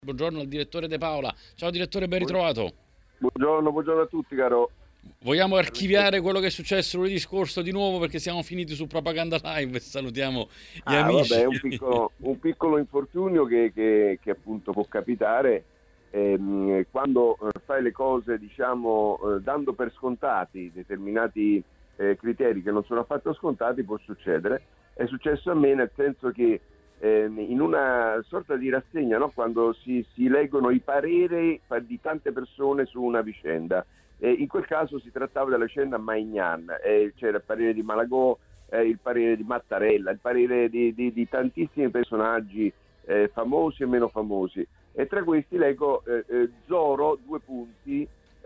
Buongiorno al direttore De Paola. Ciao direttore, ben ritrovato. Buongiorno a tutti, caro. Vogliamo archiviare quello che è successo lunedì scorso di nuovo perché siamo finiti su Propaganda Live e salutiamo gli Vabbè, amici. è un piccolo infortunio che appunto può capitare quando fai le cose, diciamo, dando per scontati determinati criteri che non sono affatto scontati, può succedere. È successo a me, nel senso che in una sorta di rassegna, no? Quando si leggono i pareri di tante persone su una vicenda. In quel caso si trattava della vicenda Maignan, c'era il parere di Malagò, il parere di Mattarella, il parere di tantissimi personaggi famosi e meno famosi. E tra questi leggo Zoro, 2 punti,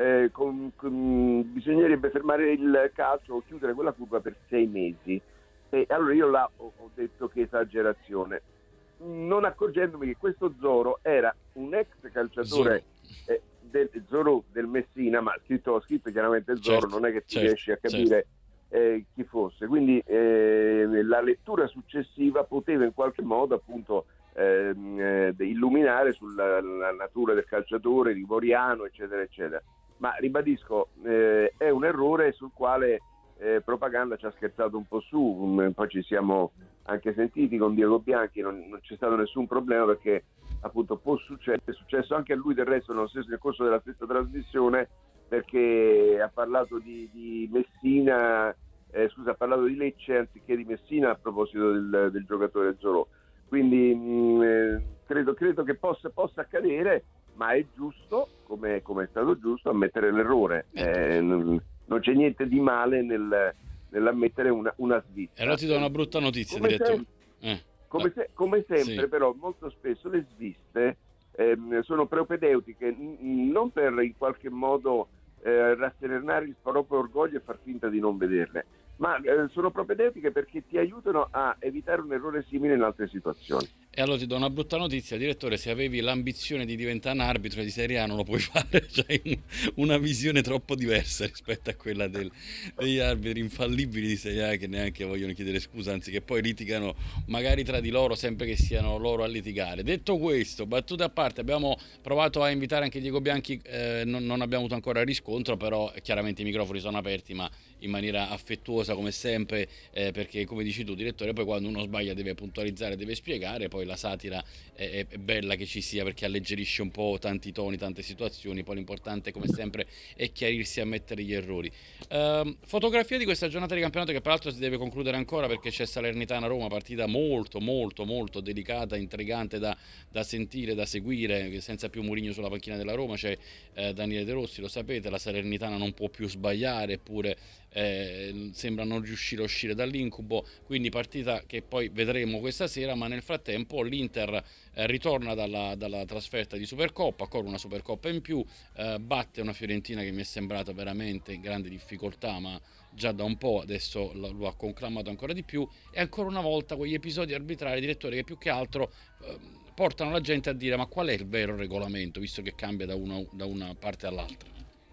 bisognerebbe fermare il calcio o chiudere quella curva per 6 mesi. E allora io là ho detto che esagerazione, non accorgendomi che questo Zoro era un ex calciatore Zoro del Messina, ma scritto chiaramente Zoro, certo, non è che tu riesci a capire chi fosse. Quindi la lettura successiva poteva in qualche modo appunto illuminare sulla la natura del calciatore rigoriano, eccetera, eccetera. Ma ribadisco, è un errore sul quale Propaganda ci ha scherzato un po' su, poi ci siamo anche sentiti con Diego Bianchi, non c'è stato nessun problema perché appunto può succedere, è successo anche a lui del resto nel corso della stessa trasmissione, perché ha parlato di Messina, ha parlato di Lecce anziché di Messina a proposito del giocatore Zorò. Quindi credo che possa accadere, ma è giusto, come è stato giusto, ammettere l'errore. Non c'è niente di male nell'ammettere una svista. E allora ti do una brutta notizia, direttore. Come sempre, sì. Però molto spesso le sviste sono propedeutiche non per in qualche modo rasserenare il proprio orgoglio e far finta di non vederle, ma sono propedeutiche perché ti aiutano a evitare un errore simile in altre situazioni. E allora ti do una brutta notizia, direttore: se avevi l'ambizione di diventare un arbitro di Serie A non lo puoi fare, c'hai una visione troppo diversa rispetto a quella degli arbitri infallibili di Serie A che neanche vogliono chiedere scusa, anzi che poi litigano magari tra di loro sempre che siano loro a litigare. Detto questo, battute a parte, abbiamo provato a invitare anche Diego Bianchi, non abbiamo avuto ancora riscontro, però chiaramente i microfoni sono aperti, ma in maniera affettuosa come sempre, perché come dici tu, direttore, poi quando uno sbaglia deve puntualizzare, deve spiegare, poi la satira è bella che ci sia perché alleggerisce un po' tanti toni, tante situazioni, poi l'importante come sempre è chiarirsi a mettere gli errori. Fotografia di questa giornata di campionato che peraltro si deve concludere ancora perché c'è Salernitana-Roma, partita molto delicata, intrigante da sentire, da seguire, senza più Mourinho sulla panchina della Roma, c'è Daniele De Rossi, lo sapete, la Salernitana non può più sbagliare, eppure sembra non riuscire a uscire dall'incubo, quindi partita che poi vedremo questa sera, ma nel frattempo l'Inter ritorna dalla trasferta di Supercoppa, ancora una Supercoppa in più, batte una Fiorentina che mi è sembrata veramente in grande difficoltà, ma già da un po' adesso lo ha conclamato ancora di più, e ancora una volta quegli episodi arbitrari, direttore, che più che altro portano la gente a dire: ma qual è il vero regolamento, visto che cambia da una parte all'altra?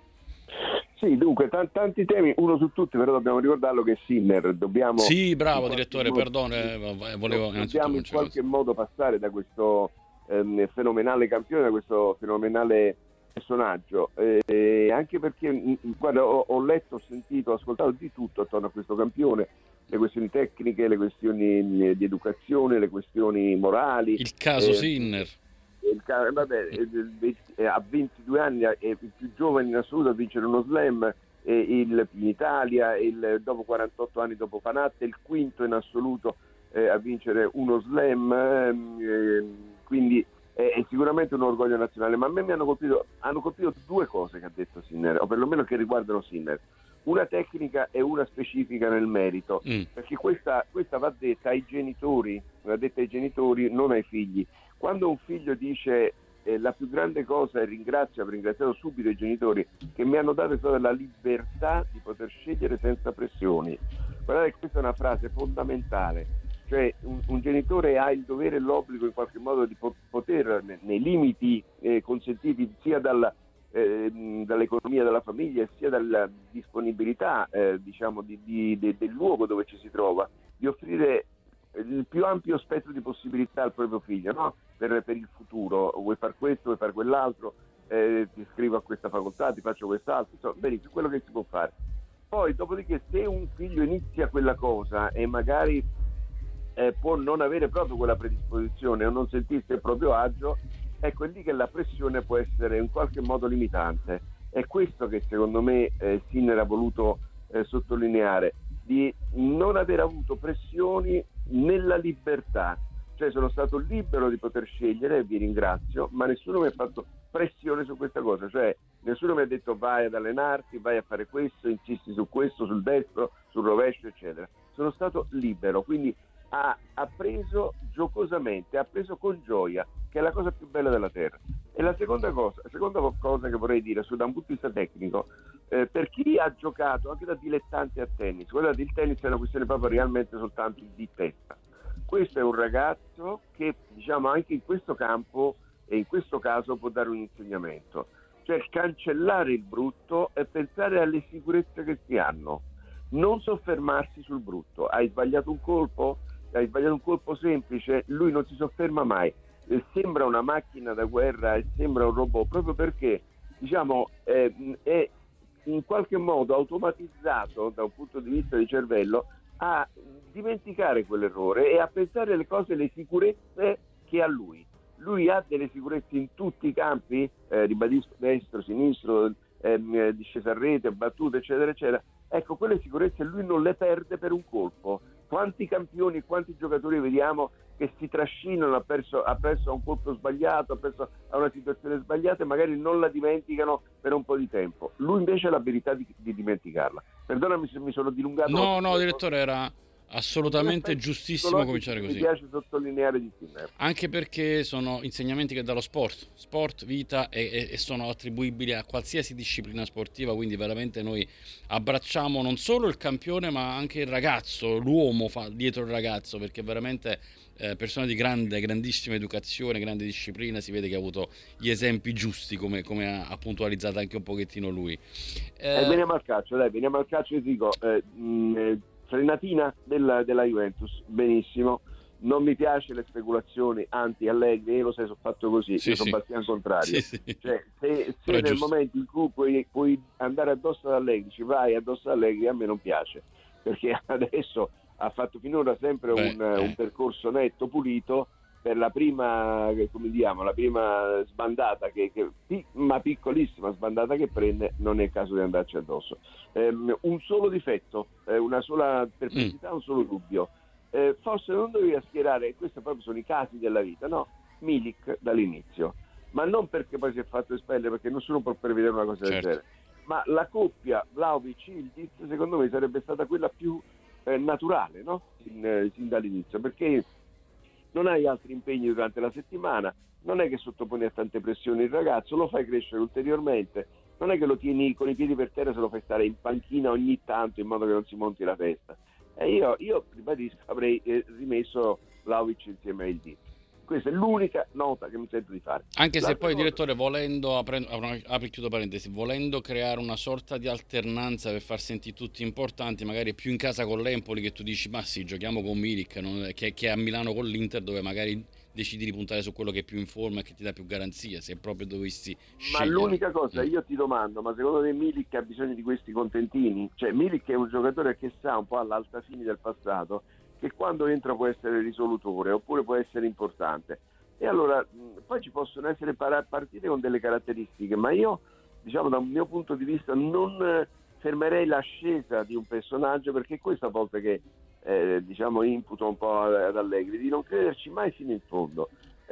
Sì, dunque, tanti temi, uno su tutti, però dobbiamo ricordarlo che Sinner, Sì, bravo direttore, volevo dobbiamo in qualche modo passare da questo fenomenale campione, da questo fenomenale personaggio, anche perché guarda, ho letto, ho sentito, ho ascoltato di tutto attorno a questo campione, le questioni tecniche, le questioni di educazione, le questioni morali. Il caso Sinner. Ha 22 anni, è il più giovane in assoluto a vincere uno slam in Italia, dopo 48 anni dopo Panatta, il quinto in assoluto a vincere uno slam, quindi è sicuramente un orgoglio nazionale. Ma a me hanno colpito 2 cose che ha detto Sinner, o perlomeno che riguardano Sinner: una tecnica e una specifica nel merito, perché questa va detta ai genitori, non ai figli. Quando un figlio dice la più grande cosa è ringraziato subito i genitori che mi hanno dato è stata la libertà di poter scegliere senza pressioni. Guardate, questa è una frase fondamentale, cioè un genitore ha il dovere e l'obbligo in qualche modo di poter, nei limiti consentiti sia dall'economia della famiglia sia dalla disponibilità del luogo dove ci si trova, di offrire il più ampio spettro di possibilità al proprio figlio, no? Per il futuro, vuoi fare questo, vuoi fare quell'altro, ti iscrivo a questa facoltà, ti faccio quest'altro, insomma, benissimo, quello che si può fare. Poi, dopodiché, se un figlio inizia quella cosa e magari può non avere proprio quella predisposizione o non sentirsi a proprio agio, ecco, è lì che la pressione può essere in qualche modo limitante. È questo che secondo me Sinner ha voluto sottolineare, di non aver avuto pressioni nella libertà. Cioè sono stato libero di poter scegliere e vi ringrazio, ma nessuno mi ha fatto pressione su questa cosa, cioè nessuno mi ha detto vai ad allenarti, vai a fare questo, insisti su questo, sul destro, sul rovescio, eccetera. Sono stato libero, quindi ha preso giocosamente, ha preso con gioia, che è la cosa più bella della terra. E la seconda cosa che vorrei dire da un punto di vista tecnico, per chi ha giocato anche da dilettante a tennis, guardate, il tennis è una questione proprio realmente soltanto di testa. Questo è un ragazzo che, diciamo, anche in questo campo e in questo caso può dare un insegnamento, cioè cancellare il brutto e pensare alle sicurezze che si hanno, non soffermarsi sul brutto. Hai sbagliato un colpo semplice, lui non si sofferma mai, sembra una macchina da guerra e sembra un robot, proprio perché, diciamo, è in qualche modo automatizzato da un punto di vista di cervello a dimenticare quell'errore e a pensare alle cose, le sicurezze che ha lui. Lui ha delle sicurezze in tutti i campi, ribadisco, destro, sinistro, discesa a rete, battute, eccetera, eccetera. Ecco, quelle sicurezze lui non le perde per un colpo. Quanti campioni, quanti giocatori vediamo che si trascinano appresso a un colpo sbagliato, appresso a una situazione sbagliata e magari non la dimenticano per un po' di tempo. Lui invece ha l'abilità di dimenticarla. Perdonami se mi sono dilungato. No, direttore, era assolutamente giustissimo cominciare così. Mi piace sottolineare di Sinner. Anche perché sono insegnamenti che dallo sport, vita e sono attribuibili a qualsiasi disciplina sportiva, quindi veramente noi abbracciamo non solo il campione ma anche il ragazzo, l'uomo dietro il ragazzo, perché veramente persona di grandissima educazione, grande disciplina, si vede che ha avuto gli esempi giusti come ha puntualizzato anche un pochettino lui. Veniamo al calcio, e dico frenatina della Juventus, benissimo. Non mi piace le speculazioni anti-Allegri, io lo sai, sono fatto così, io sono Bastian contrario. Sì. Cioè, se nel momento in cui puoi andare addosso ad Allegri, ci vai addosso ad Allegri, a me non piace, perché adesso ha fatto finora sempre un percorso netto, pulito, per la prima, la prima sbandata ma piccolissima sbandata che prende, non è il caso di andarci addosso. Un solo difetto, una sola perplessità, un solo dubbio. Forse non doveva schierare, e questi proprio sono i casi della vita, no? Milik dall'inizio, ma non perché poi si è fatto espellere, perché nessuno può prevedere una cosa del genere, ma la coppia Vlahovic-Ildiz secondo me sarebbe stata quella più naturale, no? Sin dall'inizio, perché non hai altri impegni durante la settimana, non è che sottoponi a tante pressioni il ragazzo, lo fai crescere ulteriormente, non è che lo tieni con i piedi per terra, se lo fai stare in panchina ogni tanto in modo che non si monti la testa. E io ribadisco, avrei rimesso Vlahovic insieme a Ildiz. Questa è l'unica nota che mi sento di fare. Anche se poi, direttore, volendo, apri chiudo parentesi, volendo creare una sorta di alternanza per far sentire tutti importanti, magari più in casa con l'Empoli, che tu dici ma sì, giochiamo con Milik, che a Milano con l'Inter, dove magari decidi di puntare su quello che è più in forma e che ti dà più garanzia, se proprio dovessi scegliere. Ma l'unica cosa, io ti domando, ma secondo te Milik ha bisogno di questi contentini? Cioè Milik è un giocatore che sa un po' all'alta fine del passato, che quando entra può essere risolutore oppure può essere importante, e allora poi ci possono essere partite con delle caratteristiche, ma io, diciamo, da un mio punto di vista non fermerei l'ascesa di un personaggio, perché questa volta che diciamo imputo un po' ad Allegri di non crederci mai fino in fondo.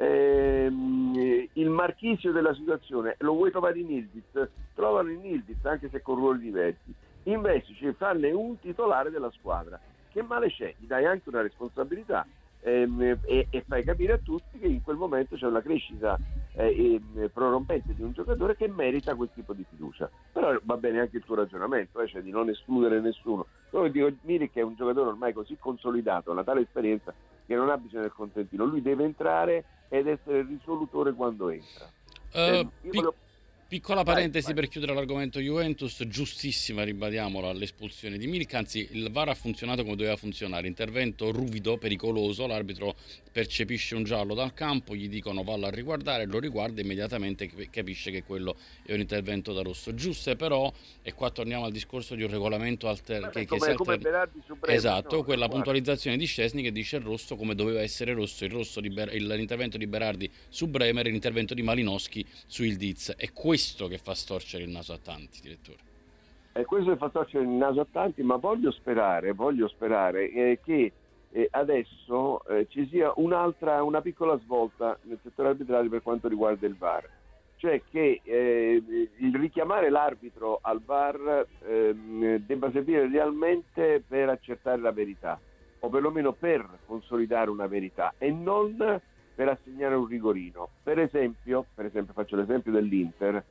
Il marchisio della situazione lo vuoi trovare in Ildiz, trovalo in Ildiz, anche se con ruoli diversi, investici, farne un titolare della squadra. Che male c'è? Gli dai anche una responsabilità e fai capire a tutti che in quel momento c'è una crescita prorompente di un giocatore che merita quel tipo di fiducia. Però va bene anche il tuo ragionamento, cioè di non escludere nessuno. Io dico, Milik è un giocatore ormai così consolidato, una tale esperienza, che non ha bisogno del contentino, lui deve entrare ed essere risolutore quando entra. Piccola parentesi per chiudere l'argomento Juventus, giustissima, ribadiamola, l'espulsione di Milik, anzi il VAR ha funzionato come doveva funzionare, intervento ruvido, pericoloso, l'arbitro percepisce un giallo dal campo, gli dicono vallo a riguardare, lo riguarda e immediatamente capisce che quello è un intervento da rosso. Giuste però, e qua torniamo al discorso di un regolamento che si come Berardi su Bremer, esatto, no? quella puntualizzazione di Szczęsny che dice il rosso come doveva essere rosso, l'intervento di Berardi su Bremer e l'intervento di Malinowski su Ildiz. È questo che fa storcere il naso a tanti, direttore. È questo che fa storcere il naso a tanti, ma voglio sperare che adesso ci sia una piccola svolta nel settore arbitrale per quanto riguarda il VAR, cioè che il richiamare l'arbitro al VAR debba servire realmente per accertare la verità, o perlomeno per consolidare una verità, e non per assegnare un rigorino. Per esempio faccio l'esempio dell'Inter.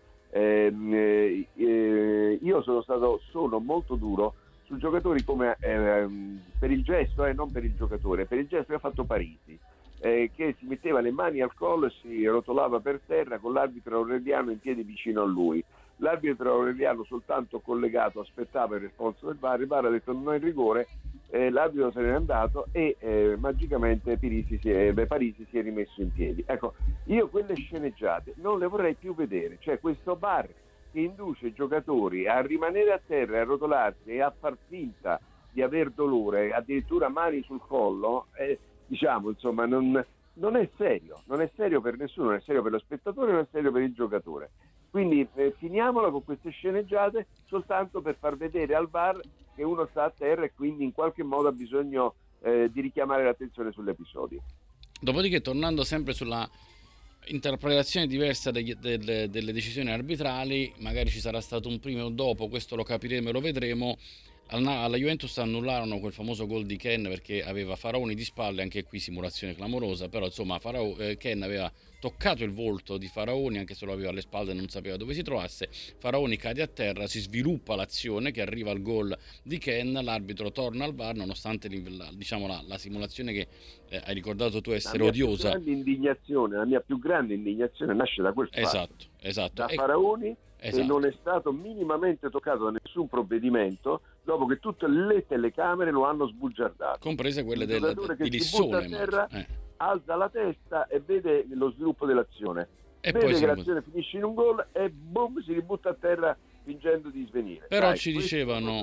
Io sono molto duro su giocatori come per il gesto, non per il giocatore, per il gesto che ha fatto Parisi, che si metteva le mani al collo e si rotolava per terra con l'arbitro Aureliano in piedi vicino a lui. L'arbitro Aureliano soltanto collegato aspettava il responso del VAR, il VAR ha detto non è rigore, l'arbitro se n'è andato e magicamente Parisi si è rimesso in piedi. Ecco, io quelle sceneggiate non le vorrei più vedere, cioè questo VAR che induce i giocatori a rimanere a terra, a rotolarsi e a far finta di aver dolore, addirittura mani sul collo, diciamo, insomma, non è serio per nessuno, non è serio per lo spettatore, non è serio per il giocatore. Quindi finiamola con queste sceneggiate soltanto per far vedere al VAR che uno sta a terra e quindi in qualche modo ha bisogno di richiamare l'attenzione sull'episodio. Dopodiché, tornando sempre sulla interpretazione diversa delle decisioni arbitrali, magari ci sarà stato un prima o dopo, questo lo capiremo e lo vedremo. Alla Juventus annullarono quel famoso gol di Ken perché aveva Faraoni di spalle, anche qui simulazione clamorosa, però insomma Ken aveva toccato il volto di Faraoni, anche se lo aveva alle spalle e non sapeva dove si trovasse. Faraoni cade a terra, si sviluppa l'azione che arriva al gol di Ken, l'arbitro torna al VAR nonostante la simulazione che hai ricordato tu essere odiosa. La mia più grande indignazione nasce da quel fatto. Esatto. Da Faraoni, che non è stato minimamente toccato da nessun provvedimento dopo che tutte le telecamere lo hanno sbugiardato, comprese quelle di Lissone. Alza la testa e vede lo sviluppo dell'azione, e vede poi che l'azione finisce in un gol e boom, si ributta a terra fingendo di svenire. Però ci dicevano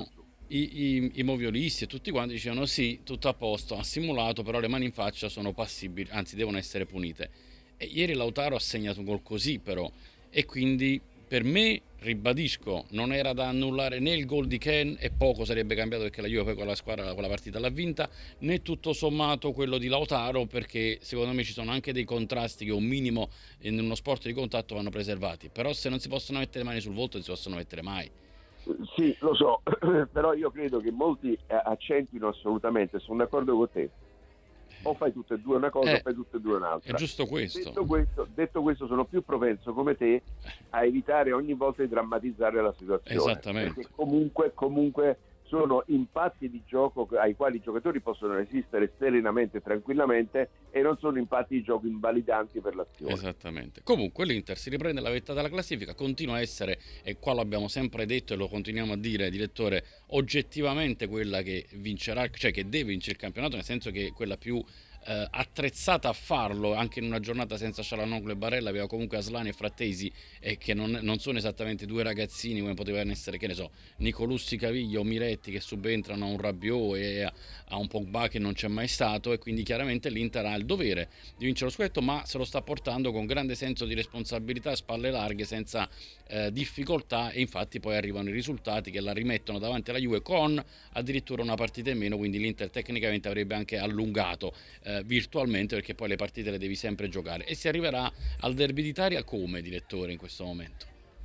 i moviolisti e tutti quanti dicevano sì, tutto a posto, ha simulato, però le mani in faccia sono passibili, anzi devono essere punite. E ieri Lautaro ha segnato un gol così però, e quindi per me, ribadisco, non era da annullare né il gol di Ken, e poco sarebbe cambiato perché la Juve poi quella partita l'ha vinta, né tutto sommato quello di Lautaro, perché secondo me ci sono anche dei contrasti che un minimo in uno sport di contatto vanno preservati, però se non si possono mettere le mani sul volto non si possono mettere mai. Sì, lo so, però io credo che molti accentuino assolutamente, sono d'accordo con te. O fai tutte e due una cosa o fai tutte e due un'altra. È giusto questo. Detto questo, sono più propenso come te a evitare ogni volta di drammatizzare la situazione. Esattamente. Perché comunque sono impatti di gioco ai quali i giocatori possono resistere serenamente e tranquillamente, e non sono impatti di gioco invalidanti per l'azione. Esattamente. Comunque l'Inter si riprende la vetta dalla classifica, continua a essere, e qua l'abbiamo sempre detto e lo continuiamo a dire, direttore, oggettivamente quella che vincerà, cioè che deve vincere il campionato, nel senso che quella più attrezzata a farlo, anche in una giornata senza Cialanoglu e Barella aveva comunque Aslani e Frattesi, e che non sono esattamente due ragazzini come potevano essere, che ne so, Nicolussi Caviglia o Miretti, che subentrano a un Rabiot e a un Pogba che non c'è mai stato, e quindi chiaramente l'Inter ha il dovere di vincere lo scudetto, ma se lo sta portando con grande senso di responsabilità, spalle larghe, senza difficoltà, e infatti poi arrivano i risultati che la rimettono davanti alla Juve con addirittura una partita in meno, quindi l'Inter tecnicamente avrebbe anche allungato virtualmente, perché poi le partite le devi sempre giocare. E si arriverà al derby d'Italia come, direttore, in questo momento?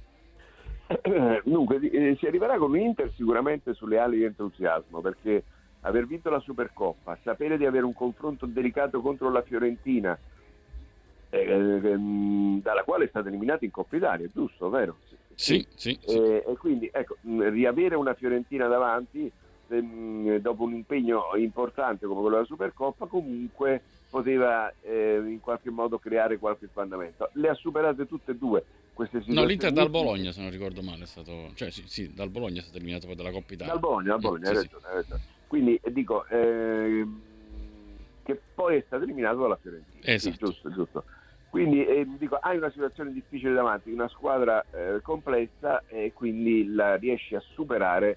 Dunque si arriverà con l'Inter sicuramente sulle ali di entusiasmo, perché aver vinto la Supercoppa, sapere di avere un confronto delicato contro la Fiorentina, dalla quale è stata eliminata in Coppa Italia, giusto, vero? Sì. E quindi ecco, riavere una Fiorentina davanti dopo un impegno importante come quello della Supercoppa comunque poteva in qualche modo creare qualche spandamento. Le ha superate tutte e due queste situazioni. No, l'Inter dal Bologna, se non ricordo male, è stato, cioè sì, dal Bologna è stato eliminato poi dalla Coppa Italia. Dal Bologna, sì, hai ragione. Quindi dico che poi è stato eliminato dalla Fiorentina. Esatto. Sì, giusto. Quindi dico, hai una situazione difficile davanti, una squadra complessa, e quindi la riesci a superare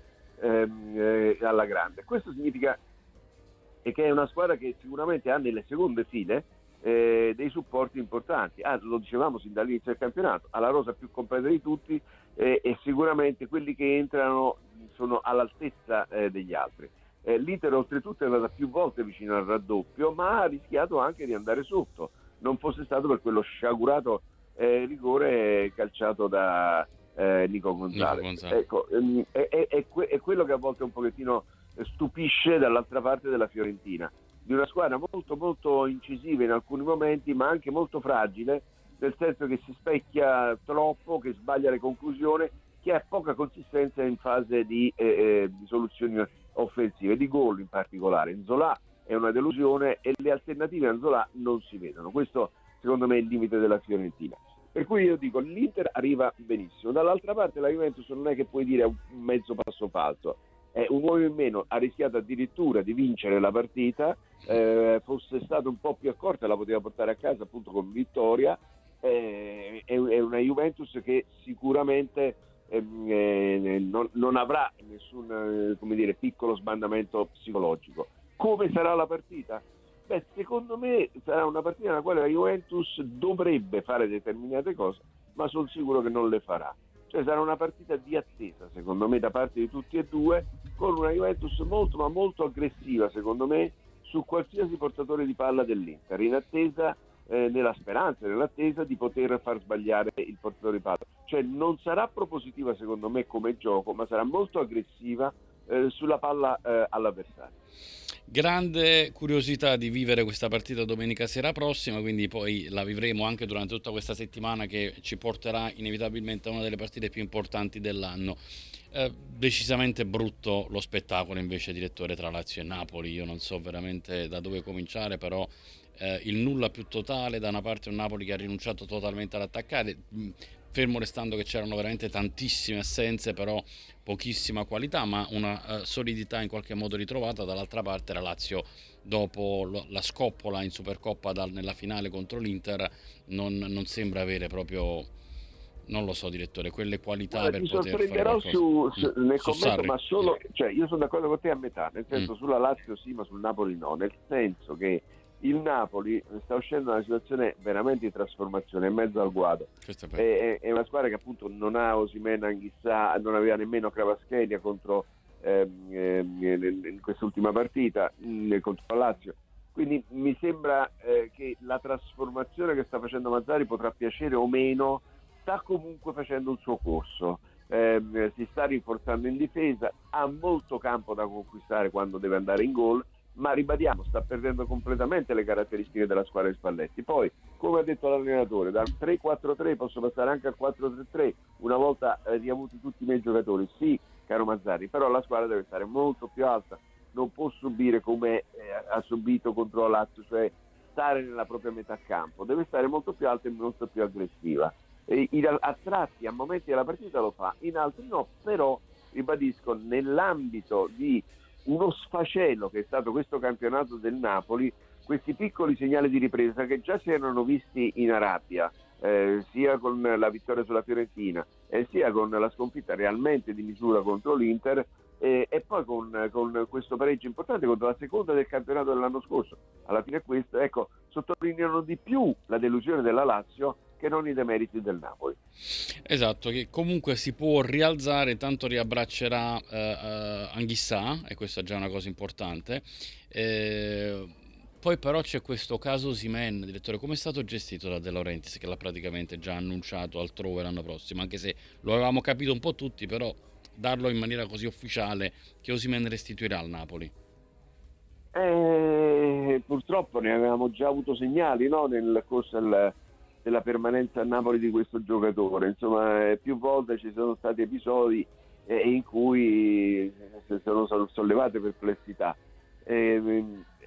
alla grande. Questo significa che è una squadra che sicuramente ha nelle seconde file dei supporti importanti. Lo dicevamo sin dall'inizio del campionato, ha la rosa più completa di tutti, e sicuramente quelli che entrano sono all'altezza degli altri. L'Inter oltretutto è andata più volte vicino al raddoppio, ma ha rischiato anche di andare sotto, non fosse stato per quello sciagurato rigore calciato da Nico Gonzalez. Ecco, è quello che a volte un pochettino stupisce dall'altra parte della Fiorentina, di una squadra molto molto incisiva in alcuni momenti, ma anche molto fragile, nel senso che si specchia troppo, che sbaglia le conclusioni, che ha poca consistenza in fase di soluzioni offensive, di gol in particolare. Nzola è una delusione e le alternative a Nzola non si vedono. Questo secondo me è il limite della Fiorentina. Per cui io dico, l'Inter arriva benissimo. Dall'altra parte la Juventus non è che puoi dire un mezzo passo falso. Un uomo in meno, ha rischiato addirittura di vincere la partita, fosse stato un po' più accorta la poteva portare a casa appunto con vittoria. È una Juventus che sicuramente non avrà nessun piccolo sbandamento psicologico. Come sarà la partita? Secondo me sarà una partita nella quale la Juventus dovrebbe fare determinate cose, ma sono sicuro che non le farà. Cioè sarà una partita di attesa, secondo me, da parte di tutti e due, con una Juventus molto ma molto aggressiva, secondo me, su qualsiasi portatore di palla dell'Inter, in attesa, nella speranza, nell'attesa di poter far sbagliare il portatore di palla. Cioè non sarà propositiva, secondo me, come gioco, ma sarà molto aggressiva sulla palla all'avversario. Grande curiosità di vivere questa partita domenica sera prossima, quindi poi la vivremo anche durante tutta questa settimana che ci porterà inevitabilmente a una delle partite più importanti dell'anno. Decisamente brutto lo spettacolo invece, direttore, tra Lazio e Napoli. Io non so veramente da dove cominciare, però il nulla più totale. Da una parte un Napoli che ha rinunciato totalmente ad attaccare, fermo restando che c'erano veramente tantissime assenze, però pochissima qualità, ma una solidità in qualche modo ritrovata. Dall'altra parte la Lazio, dopo la scoppola in Supercoppa nella finale contro l'Inter, non sembra avere proprio, non lo so, direttore, quelle qualità per poter fare qualcosa. Nel commento, ma solo, cioè io sono d'accordo con te a metà, nel senso sulla Lazio sì, ma sul Napoli no, nel senso che il Napoli sta uscendo da una situazione veramente di trasformazione, in mezzo al guado. È una squadra che appunto non ha Osimhen, Anghissà, non aveva nemmeno Kvaratskhelia contro in quest'ultima partita contro la Lazio. Quindi mi sembra che la trasformazione che sta facendo Mazzarri, potrà piacere o meno, sta comunque facendo il suo corso. Si sta rinforzando in difesa, ha molto campo da conquistare quando deve andare in gol, ma ribadiamo, sta perdendo completamente le caratteristiche della squadra di Spalletti. Poi, come ha detto l'allenatore, dal 3-4-3 posso passare anche al 4-3-3 una volta riavuti tutti i miei giocatori. Sì, caro Mazzarri, però la squadra deve stare molto più alta, non può subire come ha subito contro la Lazio, cioè stare nella propria metà campo, deve stare molto più alta e molto più aggressiva. A tratti, a momenti della partita lo fa, in altri no, però ribadisco, nell'ambito di uno sfacelo che è stato questo campionato del Napoli, questi piccoli segnali di ripresa che già si erano visti in Arabia, sia con la vittoria sulla Fiorentina sia con la sconfitta realmente di misura contro l'Inter, e poi con questo pareggio importante contro la seconda del campionato dell'anno scorso. Alla fine questo, ecco, sottolineano di più la delusione della Lazio che non i demeriti del Napoli. Esatto, che comunque si può rialzare, tanto riabbraccerà Anghissà, e questa è già una cosa importante. Poi però c'è questo caso Osimhen, direttore, come è stato gestito da De Laurentiis, che l'ha praticamente già annunciato altrove l'anno prossimo, anche se lo avevamo capito un po' tutti, però darlo in maniera così ufficiale che Osimhen restituirà al Napoli. Purtroppo ne avevamo già avuto segnali, no? Nel corso della permanenza a Napoli di questo giocatore. Insomma, più volte ci sono stati episodi in cui si sono sollevate perplessità.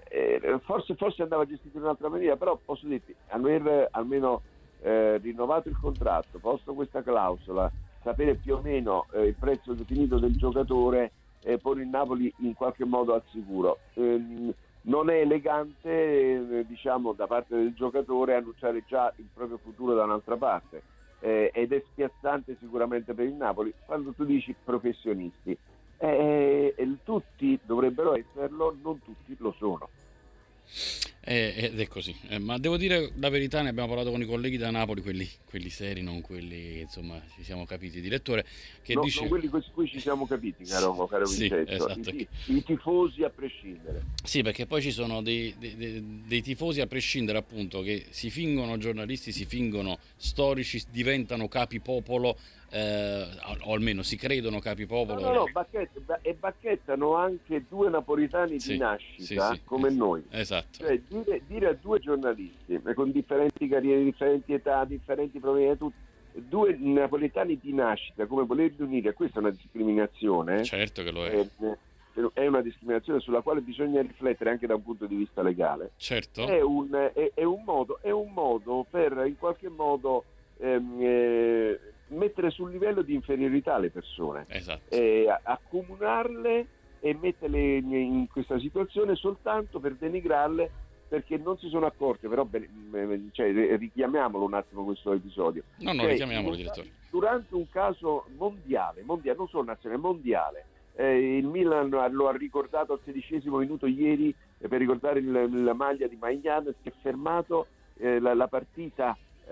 forse andava gestito in un'altra maniera, però posso dirti, aver almeno rinnovato il contratto, posto questa clausola, sapere più o meno il prezzo definito del giocatore, pone il Napoli in qualche modo al sicuro. Non è elegante, diciamo, da parte del giocatore annunciare già il proprio futuro da un'altra parte, ed è spiazzante sicuramente per il Napoli quando tu dici professionisti. Tutti dovrebbero esserlo, non tutti lo sono. Ed è così, ma devo dire la verità, ne abbiamo parlato con i colleghi da Napoli, quelli seri, non quelli, insomma, ci siamo capiti, direttore, che no, dice... non quelli con cui ci siamo capiti, caro Sì, Vincenzo, esatto. I tifosi a prescindere. Sì, perché poi ci sono dei tifosi a prescindere, appunto, che si fingono giornalisti, si fingono storici, diventano capipopolo, o almeno si credono capipopolo. No, bacchettano anche due napoletani Sì, di nascita, sì, come noi. Esatto. Cioè, dire a due giornalisti con differenti carriere, differenti età, differenti problemi, due napoletani di nascita, come volerli unire, questa è una discriminazione. Certo che lo è. È una discriminazione sulla quale bisogna riflettere anche da un punto di vista legale. Certo. È un modo per in qualche modo mettere sul livello di inferiorità le persone, Esatto. accomunarle e metterle in questa situazione soltanto per denigrarle, perché non si sono accorte. Però richiamiamolo un attimo questo episodio. No, richiamiamolo, direttore. Durante un caso mondiale, non solo nazionale, mondiale, il Milan lo ha ricordato al 16° minuto ieri, per ricordare la maglia di Maignan, si è fermato la partita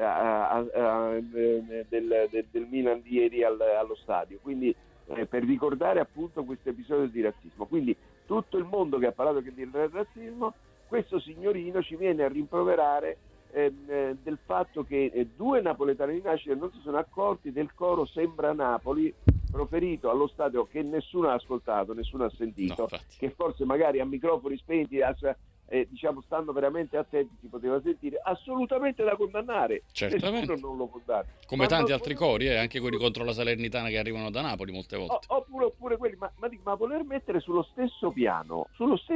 del Milan di ieri allo stadio, quindi per ricordare appunto questo episodio di razzismo. Quindi tutto il mondo che ha parlato del razzismo, questo signorino ci viene a rimproverare del fatto che due napoletani di nascita non si sono accorti del coro Sembra Napoli proferito allo stadio, che nessuno ha ascoltato, nessuno ha sentito, No, che forse magari a microfoni spenti, diciamo, stando veramente attenti, si poteva sentire, assolutamente da condannare. Certamente. Nessuno non lo può dare. Come tanti altri cori, anche quelli contro la Salernitana che arrivano da Napoli molte volte. Oppure quelli, ma voler mettere sullo stesso piano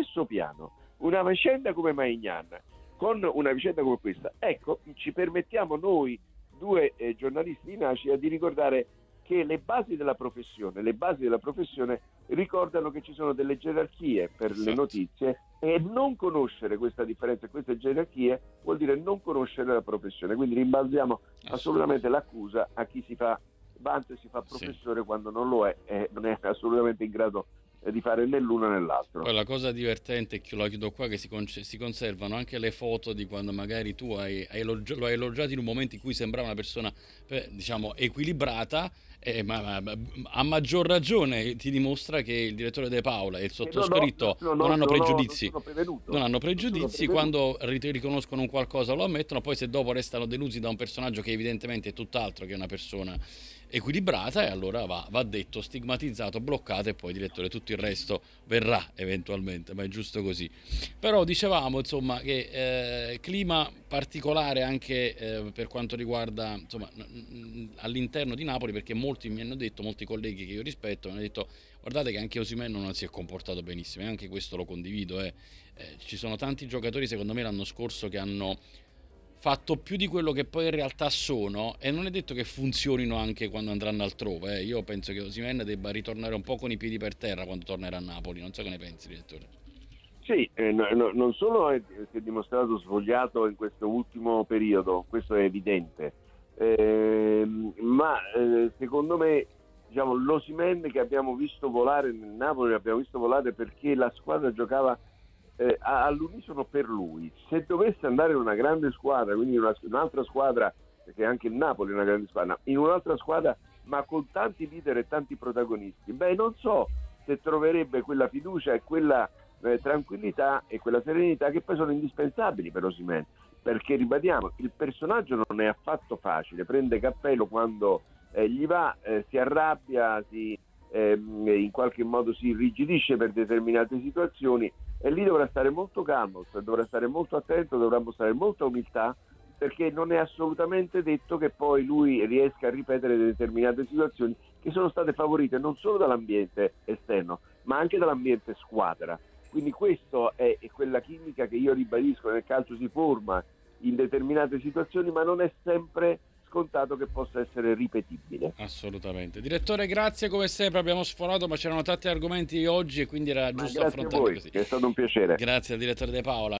una vicenda come Maignan con una vicenda come questa, ecco, ci permettiamo noi due giornalisti di nascita di ricordare che le basi della professione ricordano che ci sono delle gerarchie per le notizie, e non conoscere questa differenza e queste gerarchie vuol dire non conoscere la professione. Quindi rimbalziamo assolutamente l'accusa a chi si fa vanto e si fa professore quando non lo è, e non è assolutamente in grado di fare né l'uno né l'altro. Poi la cosa divertente, e la chiudo qua, che si conservano anche le foto di quando magari tu lo hai elogiato in un momento in cui sembrava una persona, diciamo, equilibrata, ma a maggior ragione ti dimostra che il direttore De Paola e il sottoscritto non hanno pregiudizi. Non hanno pregiudizi, quando riconoscono un qualcosa lo ammettono, poi se dopo restano delusi da un personaggio che evidentemente è tutt'altro che una persona equilibrata, e allora va detto, stigmatizzato, bloccato, e poi, direttore, tutto il resto verrà eventualmente, ma è giusto così. Però dicevamo, insomma, che clima particolare anche per quanto riguarda, insomma, all'interno di Napoli, perché molti mi hanno detto, molti colleghi che io rispetto, mi hanno detto: guardate che anche Osimhen non si è comportato benissimo, e anche questo lo condivido. Ci sono tanti giocatori, secondo me, l'anno scorso che hanno fatto più di quello che poi in realtà sono, e non è detto che funzionino anche quando andranno altrove. Io penso che Osimhen debba ritornare un po' con i piedi per terra quando tornerà a Napoli. Non so che ne pensi, direttore. Sì, non solo si è dimostrato svogliato in questo ultimo periodo, questo è evidente, ma secondo me, diciamo, l'Osimhen che abbiamo visto volare nel Napoli, l'abbiamo visto volare perché la squadra giocava all'unisono per lui. Se dovesse andare in una grande squadra, quindi in un'altra squadra, perché anche il Napoli è una grande squadra, in un'altra squadra ma con tanti leader e tanti protagonisti, non so se troverebbe quella fiducia e quella tranquillità e quella serenità che poi sono indispensabili per Osimhen, perché, ribadiamo, il personaggio non è affatto facile, prende cappello quando gli va, si arrabbia, in qualche modo si irrigidisce per determinate situazioni, e lì dovrà stare molto calmo, dovrà stare molto attento, dovrà mostrare molta umiltà, perché non è assolutamente detto che poi lui riesca a ripetere determinate situazioni che sono state favorite non solo dall'ambiente esterno, ma anche dall'ambiente squadra. Quindi questo è quella chimica che io ribadisco, nel calcio si forma in determinate situazioni, ma non è sempre scontato che possa essere ripetibile. Assolutamente. Direttore, grazie come sempre, abbiamo sforato, ma c'erano tanti argomenti oggi e quindi era giusto Grazie a affrontarli voi, così. è stato un piacere. Grazie al direttore De Paola.